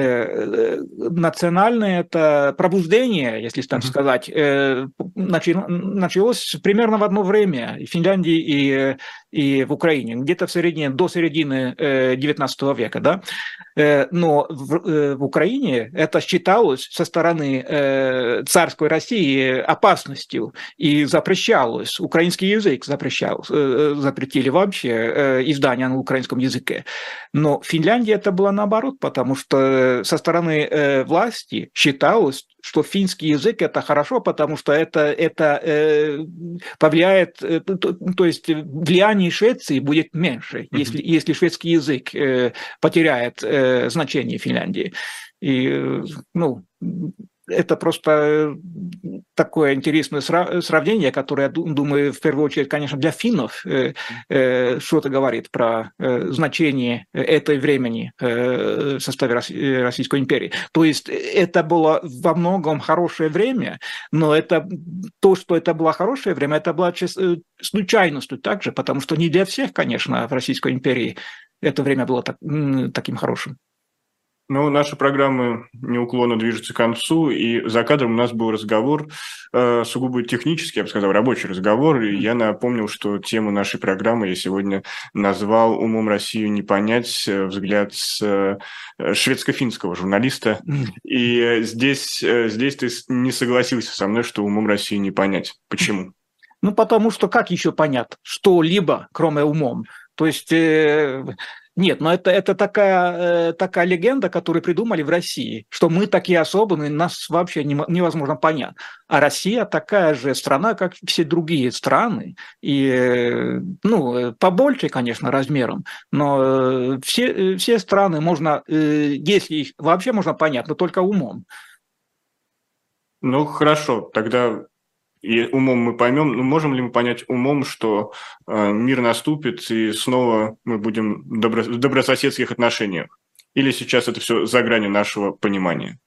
э, национальное это пробуждение, если так mm-hmm. сказать, э, началось примерно в одно время в Финляндии и, и в Украине, где-то в середине, до середины девятнадцатого века, да. Э, но в, э, в Украине это считалось со стороны э, царской России опасностью и запрещалось. Украинский язык запрещал, запретили вообще издания на украинском языке. Но в Финляндии это было наоборот, потому что со стороны власти считалось, что финский язык это хорошо, потому что это, это повлияет, то есть влияние Швеции будет меньше, mm-hmm. если, если шведский язык потеряет значение в Финляндии. И, ну, это просто такое интересное сравнение, которое, я думаю, в первую очередь, конечно, для финнов э, э, что-то говорит про э, значение этой времени э, в составе Российской империи. То есть это было во многом хорошее время, но это, то, что это было хорошее время, это было случайностью также, потому что не для всех, конечно, в Российской империи это время было так, таким хорошим. Ну, наша программа неуклонно движется к концу, и за кадром у нас был разговор, э, сугубо технический, я бы сказал, рабочий разговор, и я напомнил, что тему нашей программы я сегодня назвал «Умом Россию не понять», взгляд с э, шведско-финского журналиста, и здесь, э, здесь ты не согласился со мной, что «Умом Россию не понять». Почему? Ну, потому что как еще понять что-либо, кроме умом? То есть... Э... Нет, но это, это такая, такая легенда, которую придумали в России, что мы такие особенные, нас вообще невозможно понять. А Россия такая же страна, как все другие страны, и, ну, побольше, конечно, размером, но все, все страны можно, если их вообще можно понять, но только умом. Ну, хорошо, тогда... И умом мы поймем, но можем ли мы понять умом, что э, мир наступит и снова мы будем добро, в добрососедских отношениях? Или сейчас это все за гранью нашего понимания?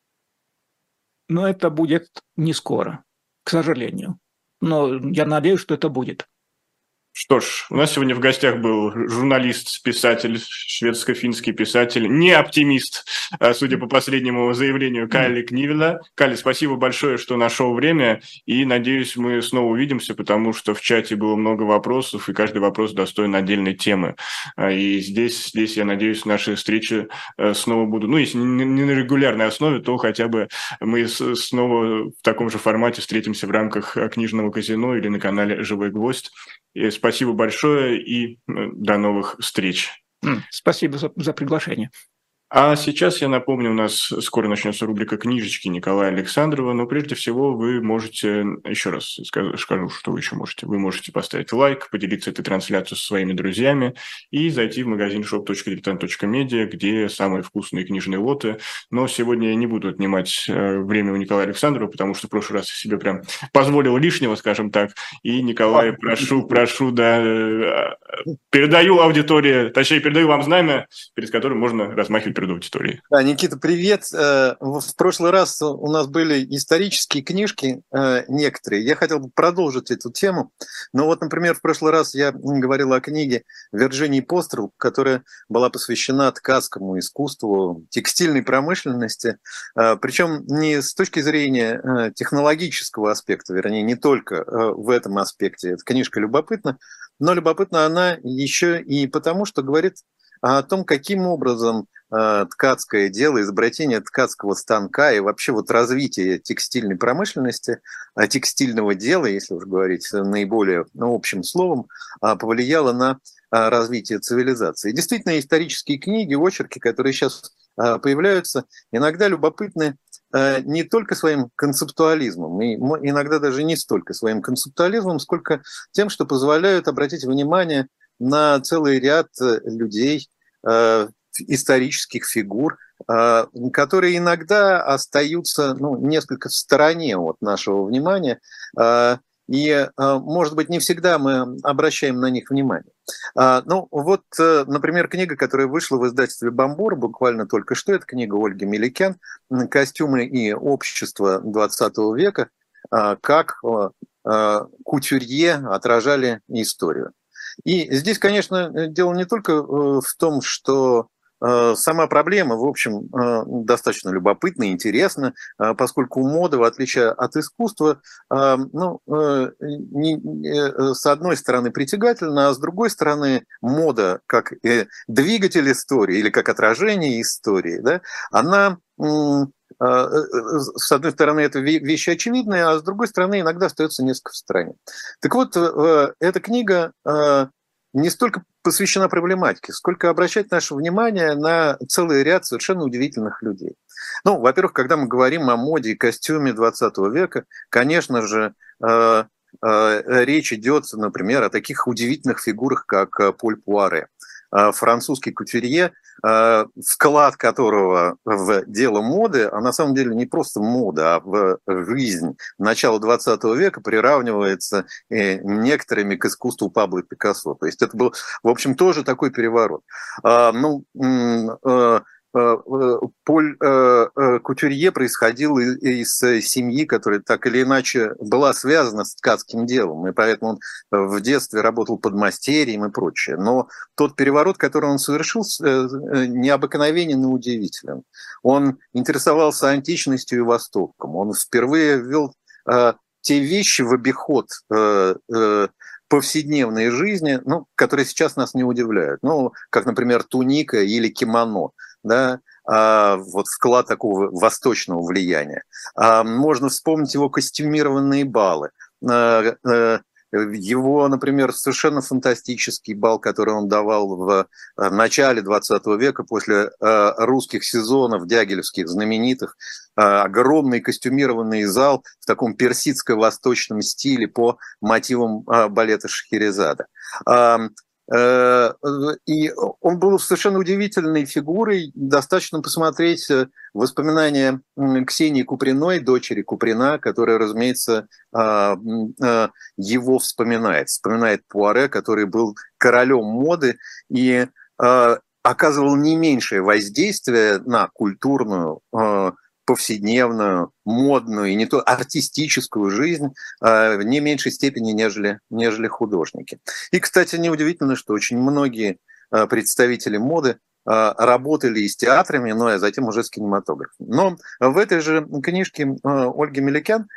Но это будет не скоро, к сожалению. Но я надеюсь, что это будет. Что ж, у нас сегодня в гостях был журналист, писатель, шведско-финский писатель, не оптимист, судя по последнему заявлению, Калли Книвила. Калли, спасибо большое, что нашел время, и надеюсь, мы снова увидимся, потому что в чате было много вопросов, и каждый вопрос достоин отдельной темы. И здесь, здесь я надеюсь, наши встречи снова будут, ну, если не на регулярной основе, то хотя бы мы снова в таком же формате встретимся в рамках книжного казино или на канале «Живой гвоздь». И спасибо большое и до новых встреч. Спасибо за, за приглашение. А сейчас, я напомню, у нас скоро начнется рубрика «Книжечки» Николая Александрова, но прежде всего вы можете, еще раз скажу, скажу, что вы еще можете, вы можете поставить лайк, поделиться этой трансляцией со своими друзьями и зайти в магазин шоп точка дилетант точка медиа, где самые вкусные книжные лоты. Но сегодня я не буду отнимать время у Николая Александрова, потому что в прошлый раз я себе прям позволил лишнего, скажем так. И, Николай, прошу, прошу, да, передаю аудитории, точнее, передаю вам знамя, перед которым можно размахивать перед аудиторией. Да, Никита, привет. В прошлый раз у нас были исторические книжки некоторые. Я хотел бы продолжить эту тему. Но вот, например, в прошлый раз я говорил о книге Вирджинии Пострел, которая была посвящена ткацкому искусству, текстильной промышленности. Причем не с точки зрения технологического аспекта, вернее, не только в этом аспекте. Эта книжка любопытна, но любопытна она еще и потому, что говорит о том, каким образом э, ткацкое дело, изобретение ткацкого станка и вообще вот развитие текстильной промышленности, э, текстильного дела, если уж говорить наиболее ну, общим словом, э, повлияло на э, развитие цивилизации. И действительно, исторические книги, очерки, которые сейчас э, появляются, иногда любопытны э, не только своим концептуализмом, и иногда даже не столько своим концептуализмом, сколько тем, что позволяют обратить внимание на целый ряд людей, э, исторических фигур, э, которые иногда остаются ну, несколько в стороне от нашего внимания, э, и, э, может быть, не всегда мы обращаем на них внимание. Э, ну, вот, э, например, книга, которая вышла в издательстве «Бомбор» буквально только что, это книга Ольги Меликян «Костюмы и общество двадцатого века. Э, как э, кутюрье отражали историю». И здесь, конечно, дело не только в том, что сама проблема, в общем, достаточно любопытна и интересна, поскольку мода, в отличие от искусства, ну, с одной стороны притягательна, а с другой стороны мода, как двигатель истории или как отражение истории, да, она... С одной стороны, это вещи очевидные, а с другой стороны, иногда остается несколько в стороне. Так вот, эта книга не столько посвящена проблематике, сколько обращает наше внимание на целый ряд совершенно удивительных людей. Ну, во-первых, когда мы говорим о моде и костюме двадцатого века, конечно же, речь идет, например, о таких удивительных фигурах, как Поль Пуаре, французский кутюрье, вклад которого в дело моды, а на самом деле не просто мода, а в жизнь начала двадцатого века приравнивается некоторыми к искусству Пабло Пикассо. То есть это был, в общем, тоже такой переворот. Ну, Поль Кутюрье происходил из семьи, которая так или иначе была связана с ткацким делом, и поэтому он в детстве работал подмастерьем и прочее. Но тот переворот, который он совершил, необыкновенен и удивителен. Он интересовался античностью и Востоком. Он впервые ввел те вещи в обиход повседневной жизни, ну, которые сейчас нас не удивляют. Ну, как, например, туника или кимоно. Да, а, вот вклад такого восточного влияния. А, можно вспомнить его костюмированные балы. А, а, его, например, совершенно фантастический бал, который он давал в начале двадцатого века после а, русских сезонов дягилевских знаменитых. А, огромный костюмированный зал в таком персидско-восточном стиле по мотивам а, балета Шахерезада. А, И он был совершенно удивительной фигурой. Достаточно посмотреть воспоминания Ксении Куприной, дочери Куприна, которая, разумеется, его вспоминает. Вспоминает Пуаре, который был королем моды и оказывал не меньшее воздействие на культурную повседневную, модную и не то артистическую жизнь в не меньшей степени, нежели, нежели художники. И, кстати, неудивительно, что очень многие представители моды работали и с театрами, но и затем уже с кинематографом. Но в этой же книжке Ольги Меликян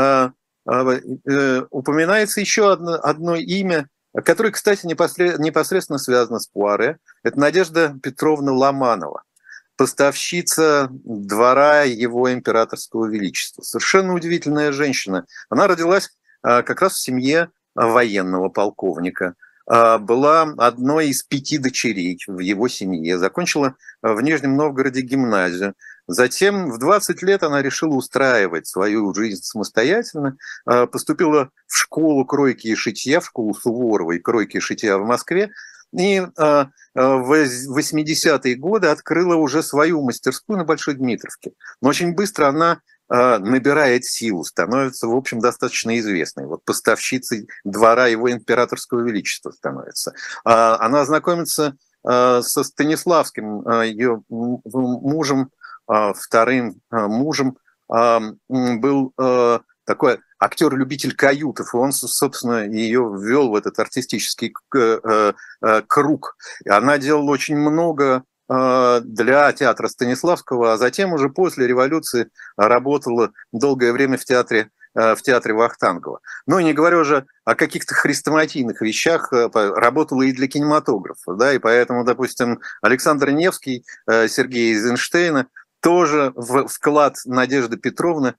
упоминается еще одно, одно имя, которое, кстати, непосредственно связано с Пуаре. Это Надежда Петровна Ломанова, поставщица двора его императорского величества. Совершенно удивительная женщина. Она родилась как раз в семье военного полковника. Была одной из пяти дочерей в его семье. Закончила в Нижнем Новгороде гимназию. Затем в двадцать лет она решила устраивать свою жизнь самостоятельно. Поступила в школу кройки и шитья, в школу Суворовой кройки и шитья в Москве. И в восьмидесятые годы открыла уже свою мастерскую на Большой Дмитровке. Но очень быстро она набирает силу, становится, в общем, достаточно известной. Вот поставщицей двора его императорского величества становится. Она знакомится со Станиславским, ее мужем, вторым мужем, был такой актер-любитель каютов, и он, собственно, ее ввел в этот артистический круг. И она делала очень много для театра Станиславского, а затем уже после революции работала долгое время в театре, в театре Вахтангова. Ну, не говоря уже о каких-то хрестоматийных вещах, работала и для кинематографа, да, и поэтому, допустим, Александр Невский, Сергей Эйзенштейна, тоже вклад Надежды Петровны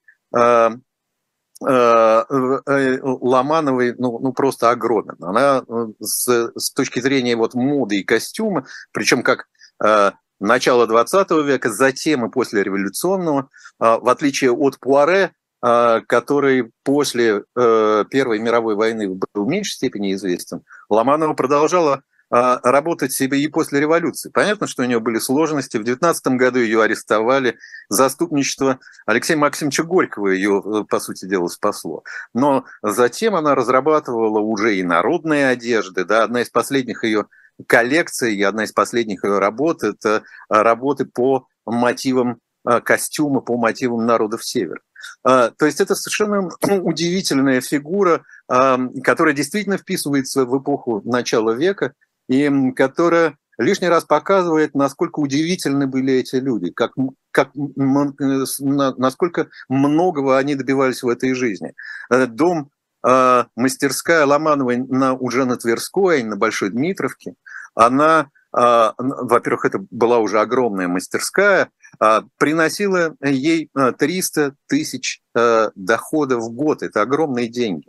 Ломановой, ну, ну просто огромен. Она с, с точки зрения вот моды и костюма, причем как э, начало двадцатого века, затем и после революционного, э, в отличие от Пуаре, э, который после э, Первой мировой войны был в меньшей степени известен, Ломанова продолжала работать себе и после революции. Понятно, что у нее были сложности. В девятнадцатом году ее арестовали. Заступничество Алексея Максимовича Горького ее, по сути дела, спасло. Но затем она разрабатывала уже и народные одежды. Да, одна из последних ее коллекций, и одна из последних ее работ – это работы по мотивам костюма, по мотивам народов Севера. То есть это совершенно удивительная фигура, которая действительно вписывается в эпоху начала века, и которая лишний раз показывает, насколько удивительны были эти люди, как, как, насколько многого они добивались в этой жизни. Дом, мастерская Ломановой на, уже на Тверской, на Большой Дмитровке, она, во-первых, это была уже огромная мастерская, приносила ей триста тысяч дохода в год. Это огромные деньги.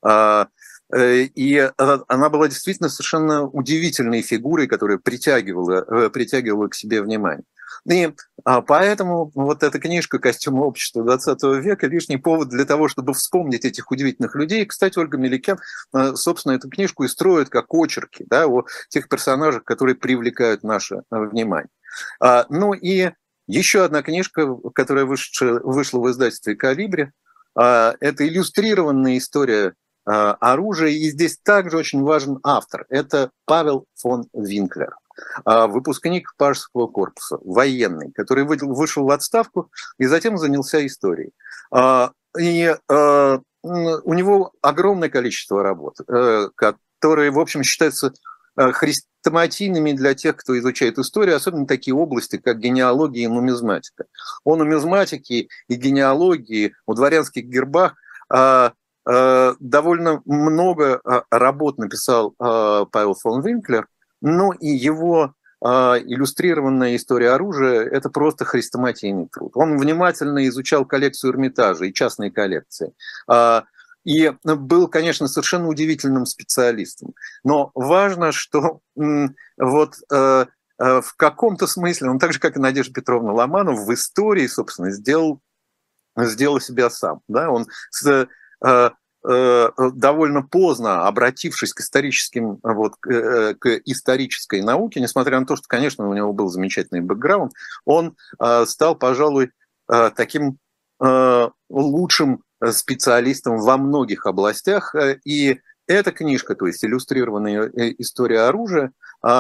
И она была действительно совершенно удивительной фигурой, которая притягивала, притягивала к себе внимание. И поэтому вот эта книжка «Костюмы общества двадцатого века» лишний повод для того, чтобы вспомнить этих удивительных людей. Кстати, Ольга Меликян, собственно, эту книжку и строит как очерки, да, о тех персонажах, которые привлекают наше внимание. Ну и еще одна книжка, которая вышла, вышла в издательстве «Колибри», это иллюстрированная история оружия, и здесь также очень важен автор. Это Павел фон Винклер, выпускник Пажского корпуса, военный, который вышел в отставку и затем занялся историей. И у него огромное количество работ, которые, в общем, считаются хрестоматийными для тех, кто изучает историю, особенно такие области, как генеалогия и нумизматика. О нумизматике и генеалогии, о дворянских гербах довольно много работ написал Павел фон Винклер, но и его иллюстрированная история оружия – это просто хрестоматийный труд. Он внимательно изучал коллекцию Эрмитажа и частные коллекции. И был, конечно, совершенно удивительным специалистом. Но важно, что вот в каком-то смысле, он так же, как и Надежда Петровна Ломанова, в истории, собственно, сделал, сделал себя сам. Да? Он с, довольно поздно, обратившись к историческим, вот, к исторической науке, несмотря на то, что, конечно, у него был замечательный бэкграунд, он стал, пожалуй, таким лучшим специалистом во многих областях. И эта книжка, то есть иллюстрированная история оружия,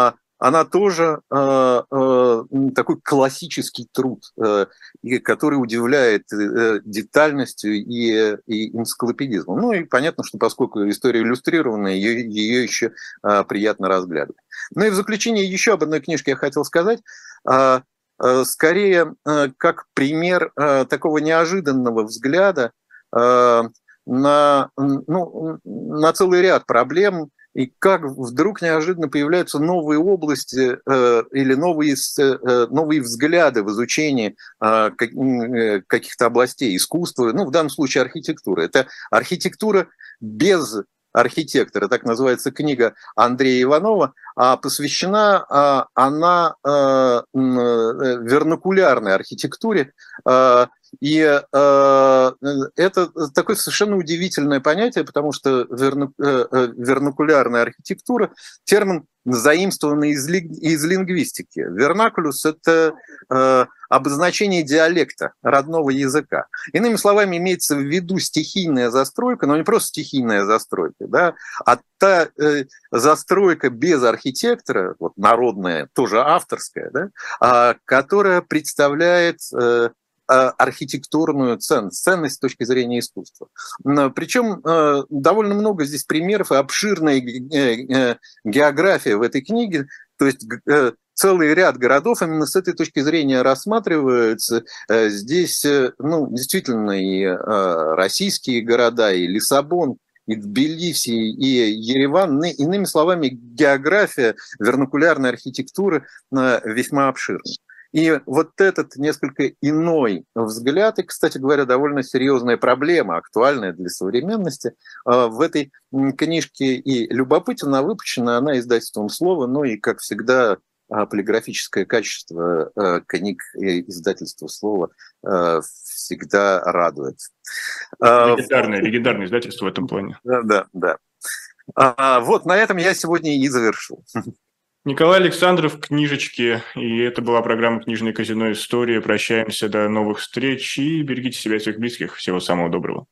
она тоже э, э, такой классический труд, э, который удивляет э, детальностью и, и энциклопедизмом. Ну и понятно, что поскольку история иллюстрированная, ее, ее еще э, приятно разглядывать. Ну и в заключение еще об одной книжке я хотел сказать. Э, э, скорее, э, как пример э, такого неожиданного взгляда э, на, ну, на целый ряд проблем, и как вдруг неожиданно появляются новые области э, или новые, э, новые взгляды в изучении э, каких-то областей искусства, ну, в данном случае архитектуры. Это архитектура без архитектора, так называется книга Андрея Иванова, а посвящена а, она а, вернакулярной архитектуре. А, и а, это такое совершенно удивительное понятие, потому что верну, а, вернакулярная архитектура – термин, заимствованный из, ли, из лингвистики. Вернакулюс – это а, обозначение диалекта, родного языка. Иными словами, имеется в виду стихийная застройка, но не просто стихийная застройка, да, а та э, застройка без архитектора, вот народная, тоже авторская, да, а, которая представляет э, архитектурную ценность, ценность с точки зрения искусства. Причем э, довольно много здесь примеров и обширная э, география в этой книге, то есть э, целый ряд городов именно с этой точки зрения рассматриваются. Здесь, ну, действительно, и российские города, и Лиссабон, и Тбилиси, и Ереван. Иными словами, география вернакулярной архитектуры весьма обширна. И вот этот несколько иной взгляд, и, кстати говоря, довольно серьезная проблема, актуальная для современности, в этой книжке и любопытна, выпущена она издательством «Слово», ну и, как всегда, полиграфическое качество книг издательства «Слово» всегда радует. Легендарное, легендарное издательство в этом плане. Да, да, да. Вот на этом я сегодня и завершу. Николай Александров, книжечки. И это была программа «Книжное казино. История». Прощаемся, до новых встреч и берегите себя и своих близких. Всего самого доброго.